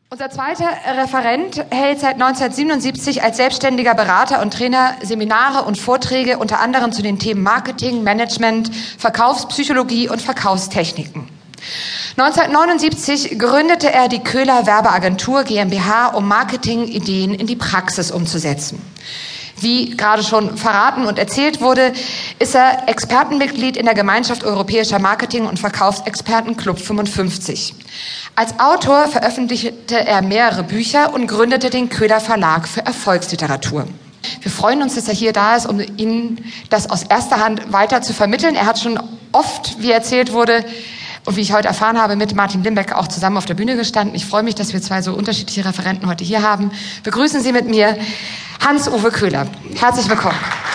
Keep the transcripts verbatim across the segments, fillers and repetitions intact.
Unser zweiter Referent hält seit neunzehnhundertsiebenundsiebzig als selbstständiger Berater und Trainer Seminare und Vorträge unter anderem zu den Themen Marketing, Management, Verkaufspsychologie und Verkaufstechniken. neunzehnhundertneunundsiebzig gründete er die Köhler Werbeagentur GmbH, um Marketingideen in die Praxis umzusetzen. Wie gerade schon verraten und erzählt wurde, ist er Expertenmitglied in der Gemeinschaft Europäischer Marketing- und Verkaufsexperten Club fünfundfünfzig. Als Autor veröffentlichte er mehrere Bücher und gründete den Köhler Verlag für Erfolgsliteratur. Wir freuen uns, dass er hier da ist, um Ihnen das aus erster Hand weiter zu vermitteln. Er hat schon oft, wie erzählt wurde, und wie ich heute erfahren habe, mit Martin Limbeck auch zusammen auf der Bühne gestanden. Ich freue mich, dass wir zwei so unterschiedliche Referenten heute hier haben. Begrüßen Sie mit mir Hans-Uwe Köhler. Herzlich willkommen.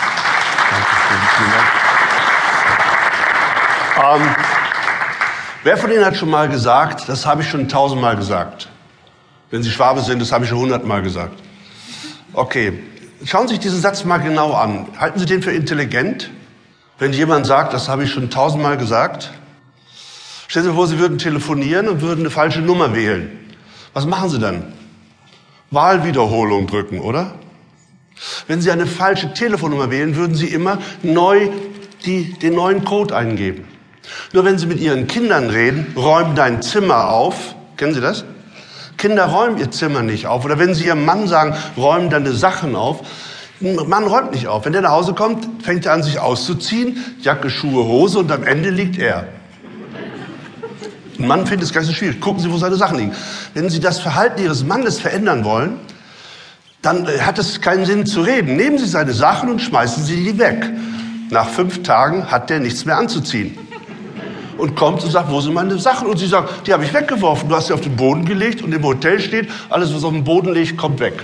Ähm, wer von Ihnen hat schon mal gesagt, das habe ich schon tausendmal gesagt? Wenn Sie Schwabe sind, das habe ich schon hundertmal gesagt. Okay, schauen Sie sich diesen Satz mal genau an. Halten Sie den für intelligent? Wenn jemand sagt, das habe ich schon tausendmal gesagt? Stellen Sie sich vor, Sie würden telefonieren und würden eine falsche Nummer wählen. Was machen Sie dann? Wahlwiederholung drücken, oder? Wenn Sie eine falsche Telefonnummer wählen, würden Sie immer neu die, den neuen Code eingeben. Nur wenn Sie mit Ihren Kindern reden, räum dein Zimmer auf. Kennen Sie das? Kinder räumen ihr Zimmer nicht auf. Oder wenn Sie Ihrem Mann sagen, räum deine Sachen auf. Ein Mann räumt nicht auf. Wenn der nach Hause kommt, fängt er an, sich auszuziehen. Jacke, Schuhe, Hose und am Ende liegt er. Ein Mann findet es gar nicht so schwierig. Gucken Sie, wo seine Sachen liegen. Wenn Sie das Verhalten Ihres Mannes verändern wollen, dann hat es keinen Sinn zu reden. Nehmen Sie seine Sachen und schmeißen Sie die weg. Nach fünf Tagen hat der nichts mehr anzuziehen. Und kommt und sagt, wo sind meine Sachen? Und Sie sagen, die habe ich weggeworfen. Du hast sie auf den Boden gelegt und im Hotel steht, alles, was auf den Boden liegt, kommt weg.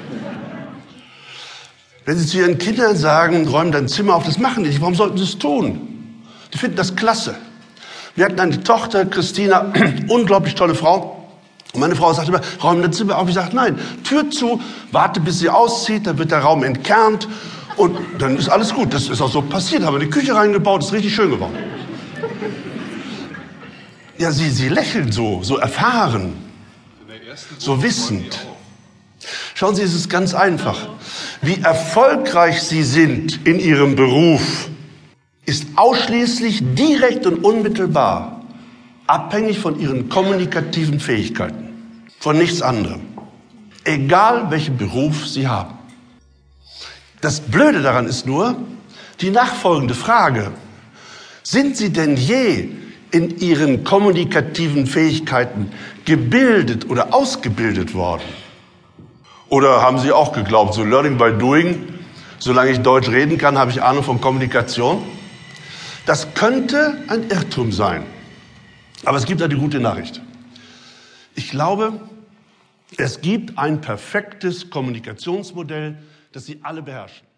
Wenn Sie zu Ihren Kindern sagen, räum dein Zimmer auf, das machen die nicht. Warum sollten Sie es tun? Die finden das klasse. Wir hatten eine Tochter, Christina, unglaublich tolle Frau. Und meine Frau sagte immer, räum dein Zimmer auf. Ich sagte, nein, Tür zu, warte, bis sie auszieht, dann wird der Raum entkernt und dann ist alles gut. Das ist auch so passiert. Haben wir die Küche reingebaut, ist richtig schön geworden. Ja, sie, sie lächeln so, so erfahren, so wissend. Schauen Sie, es ist ganz einfach. Wie erfolgreich Sie sind in Ihrem Beruf, ist ausschließlich direkt und unmittelbar abhängig von Ihren kommunikativen Fähigkeiten. Von nichts anderem. Egal, welchen Beruf Sie haben. Das Blöde daran ist nur, die nachfolgende Frage. Sind Sie denn je in Ihren kommunikativen Fähigkeiten gebildet oder ausgebildet worden? Oder haben Sie auch geglaubt, so learning by doing, solange ich Deutsch reden kann, habe ich Ahnung von Kommunikation? Das könnte ein Irrtum sein. Aber es gibt eine gute Nachricht. Ich glaube, es gibt ein perfektes Kommunikationsmodell, das Sie alle beherrschen.